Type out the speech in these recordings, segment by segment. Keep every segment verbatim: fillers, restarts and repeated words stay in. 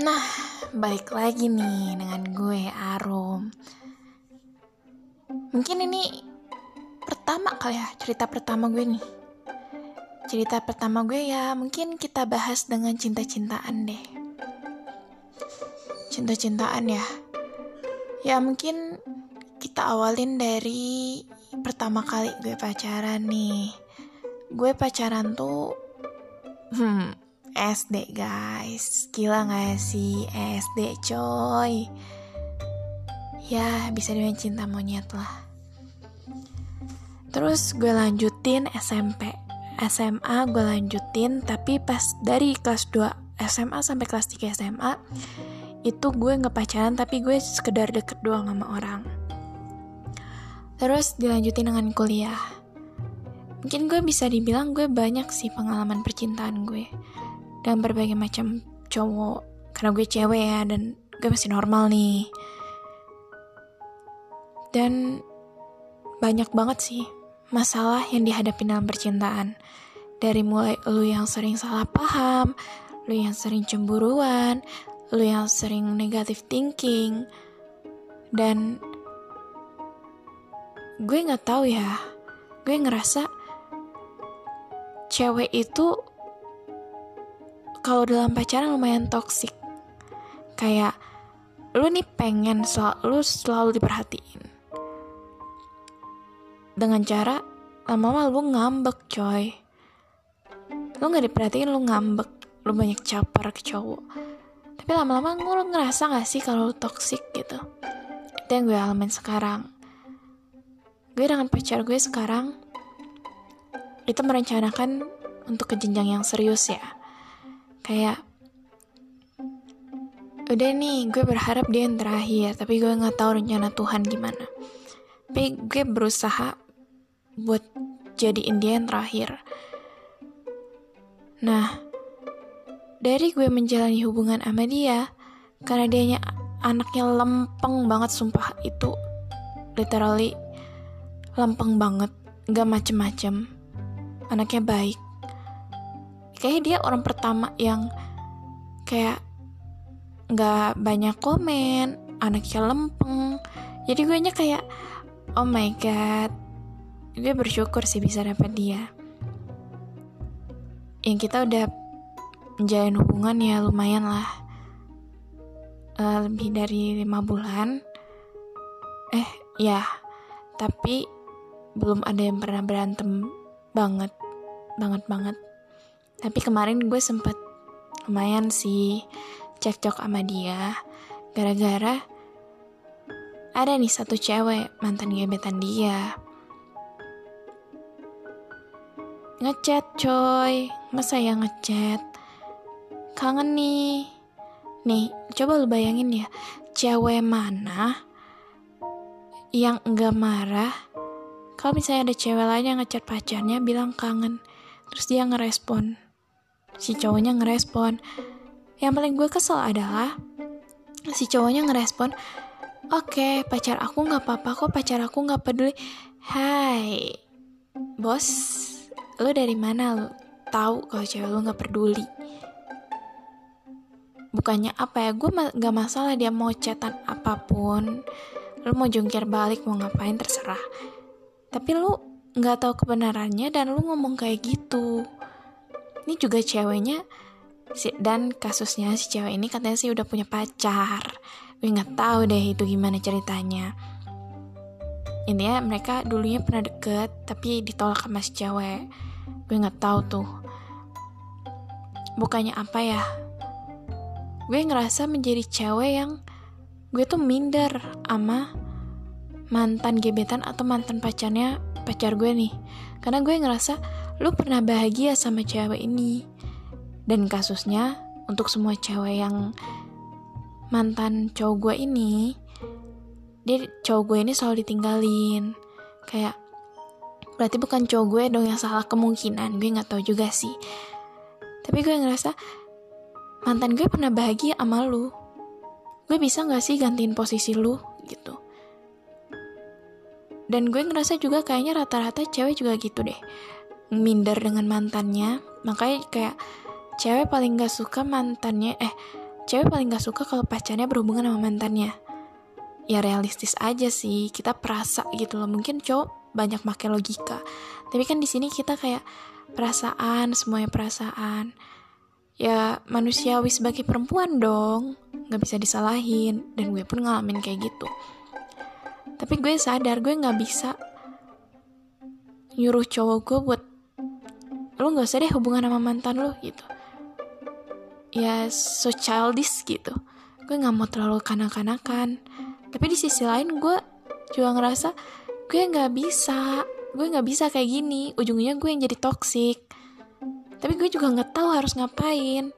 Nah, balik lagi nih dengan gue, Arum. Mungkin ini pertama kali ya, cerita pertama gue nih. Cerita pertama gue ya, mungkin kita bahas dengan cinta-cintaan deh. Cinta-cintaan ya. Ya mungkin kita awalin dari pertama kali gue pacaran nih. Gue pacaran tuh Hmm, S D guys. Gila gak sih S D coy. Ya bisa dibilang cinta monyet lah. Terus gue lanjutin S M P, S M A gue lanjutin. Tapi pas dari kelas dua S M A sampai kelas tiga S M A, itu gue gak pacaran, tapi gue sekedar deket doang sama orang. Terus dilanjutin dengan kuliah. Mungkin gue bisa dibilang gue banyak sih pengalaman percintaan gue dengan berbagai macam cowok, karena gue cewek ya, dan gue masih normal nih. Dan banyak banget sih masalah yang dihadapi dalam percintaan. Dari mulai lu yang sering salah paham, lu yang sering cemburuan, lu yang sering negative thinking. Dan gue gak tahu ya, gue ngerasa cewek itu kalau dalam pacaran lumayan toksik. Kayak lu nih pengen sel- lu selalu diperhatiin dengan cara lama-lama lu ngambek coy. Lu gak diperhatiin, lu ngambek, lu banyak caper ke cowok. Tapi lama-lama lu ngerasa gak sih kalau lu toksik gitu. Itu yang gue alamin sekarang. Gue dengan pacar gue sekarang itu merencanakan untuk ke jenjang yang serius ya. Kayak udah nih, gue berharap dia yang terakhir, tapi gue gak tahu rencana Tuhan gimana. Tapi gue berusaha buat jadiin dia yang terakhir. Nah, dari gue menjalani hubungan sama dia, karena dianya anaknya lempeng banget, sumpah itu literally lempeng banget, gak macem-macem. Anaknya baik. Kayaknya dia orang pertama yang kayak gak banyak komen, anaknya lempeng. Jadi gue nya kayak oh my god, gue bersyukur sih bisa dapet dia. Yang kita udah menjalin hubungan ya lumayan lah, uh, lebih dari lima bulan. Eh ya, tapi belum ada yang pernah berantem banget banget banget. Tapi kemarin gue sempet lumayan sih cekcok sama dia, gara-gara ada nih satu cewek mantan gebetan dia ngechat coy. Masa ya ngechat, kangen nih. Nih coba lu bayangin ya, cewek mana yang enggak marah kalau misalnya ada cewek lain yang ngechat pacarnya bilang kangen, terus dia ngerespon, si cowoknya ngerespon. Yang paling gue kesel adalah si cowoknya ngerespon, oke, pacar aku gak apa-apa kok, pacar aku gak peduli. Hai bos, lu dari mana lu tahu kalau cewek lu gak peduli? Bukannya apa ya, gue ma- gak masalah dia mau chatan apapun, lu mau jungkir balik, mau ngapain terserah. Tapi lu gak tahu kebenarannya dan lu ngomong kayak gitu. Ini juga ceweknya si, dan kasusnya si cewek ini katanya sih udah punya pacar. Gue gak tahu deh itu gimana ceritanya. Intinya mereka dulunya pernah deket, tapi ditolak sama si cewek. Gue gak tahu tuh. Bukannya apa ya, gue ngerasa menjadi cewek yang gue tuh minder sama mantan gebetan atau mantan pacarnya pacar gue nih. Karena gue ngerasa lu pernah bahagia sama cewek ini. Dan kasusnya untuk semua cewek yang mantan cowok gue ini, dia cowok gue ini selalu ditinggalin. Kayak berarti bukan cowok gue dong yang salah, kemungkinan, gue gak tahu juga sih. Tapi gue ngerasa mantan gue pernah bahagia sama lu. Gue bisa gak sih gantiin posisi lu gitu. Dan gue ngerasa juga kayaknya rata-rata cewek juga gitu deh, minder dengan mantannya. Makanya kayak cewek paling gak suka mantannya, eh cewek paling gak suka kalau pacarnya berhubungan sama mantannya. Ya realistis aja sih, kita perasa gitu loh. Mungkin cowok banyak pakai logika, tapi kan di sini kita kayak perasaan, semuanya perasaan. Ya manusiawi sebagai perempuan dong, gak bisa disalahin. Dan gue pun ngalamin kayak gitu. Tapi gue sadar gue gak bisa nyuruh cowok gue buat, lu gak usah deh hubungan sama mantan lu gitu. Ya so childish gitu. Gue gak mau terlalu kanak-kanakan. Tapi di sisi lain gue juga ngerasa gue gak bisa, gue gak bisa kayak gini. Ujungnya gue yang jadi toksik. Tapi gue juga gak tahu harus ngapain.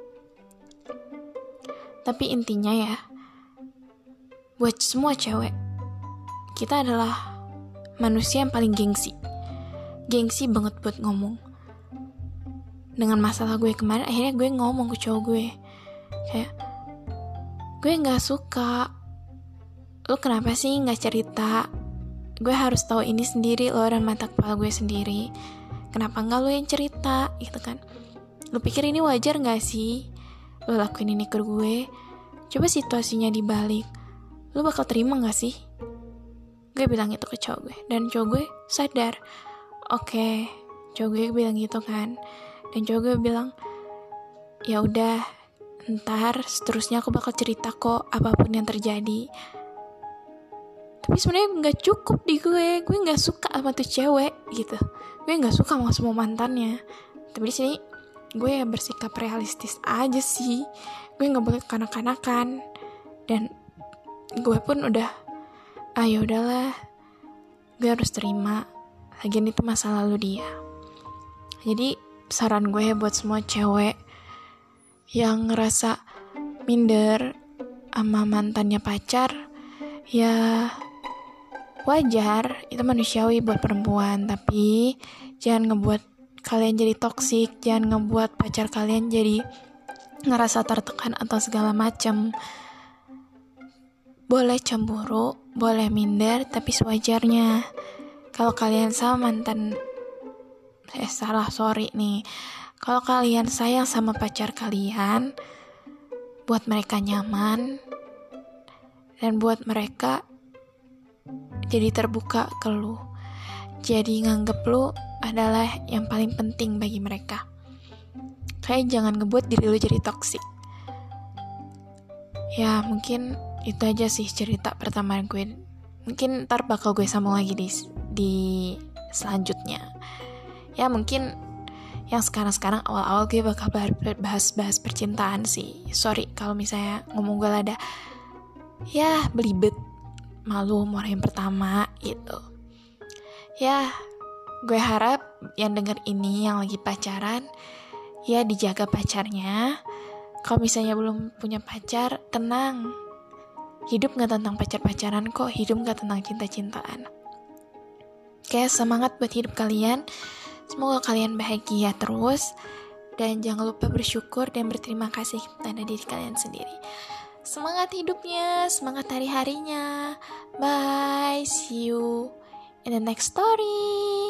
Tapi intinya ya, buat semua cewek, kita adalah manusia yang paling gengsi. Gengsi banget buat ngomong. Dengan masalah gue kemarin, akhirnya gue ngomong ke cowok gue, kayak, gue gak suka, lu kenapa sih gak cerita? Gue harus tahu ini sendiri loh, dan mata kepala gue sendiri. Kenapa gak lu yang cerita gitu kan? Lu pikir ini wajar gak sih lu lakuin ini ke gue? Coba situasinya dibalik, lu bakal terima gak sih? Gue bilang itu ke cowok gue, dan cowok gue sadar. Oke, cowok gue bilang gitu kan, dan cowok gue bilang, ya udah, ntar seterusnya aku bakal cerita kok apapun yang terjadi. Tapi sebenarnya nggak cukup di gue, gue nggak suka sama tuh cewek gitu, gue nggak suka sama semua mantannya. Tapi di sini gue ya bersikap realistis aja sih, gue nggak boleh kanak-kanakan, dan gue pun udah, ah ya udahlah, gue harus terima. Lagian itu masa lalu dia. Jadi saran gue buat semua cewek yang ngerasa minder sama mantannya pacar, ya wajar, itu manusiawi buat perempuan. Tapi jangan ngebuat kalian jadi toksik, jangan ngebuat pacar kalian jadi ngerasa tertekan atau segala macam. Boleh cemburu, boleh minder, tapi sewajarnya. Kalau kalian sama mantan, eh salah sorry nih, kalau kalian sayang sama pacar kalian, buat mereka nyaman, dan buat mereka jadi terbuka ke lu, jadi nganggep lu adalah yang paling penting bagi mereka. Kayak jangan ngebuat diri lu jadi toksik. Ya mungkin itu aja sih cerita pertama gue. Mungkin ntar bakal gue sambung lagi di, di selanjutnya. Ya mungkin yang sekarang-sekarang awal-awal gue bakal bahas-bahas percintaan sih. Sorry kalau misalnya ngomong gue ada ya belibet, malu mau yang pertama gitu. Ya gue harap yang denger ini yang lagi pacaran, ya dijaga pacarnya. Kalau misalnya belum punya pacar, tenang, hidup gak tentang pacar-pacaran kok, hidup gak tentang cinta-cintaan. Oke, semangat buat hidup kalian. Semoga kalian bahagia terus. Dan jangan lupa bersyukur dan berterima kasih kepada diri kalian sendiri. Semangat hidupnya, semangat hari-harinya. Bye, see you in the next story.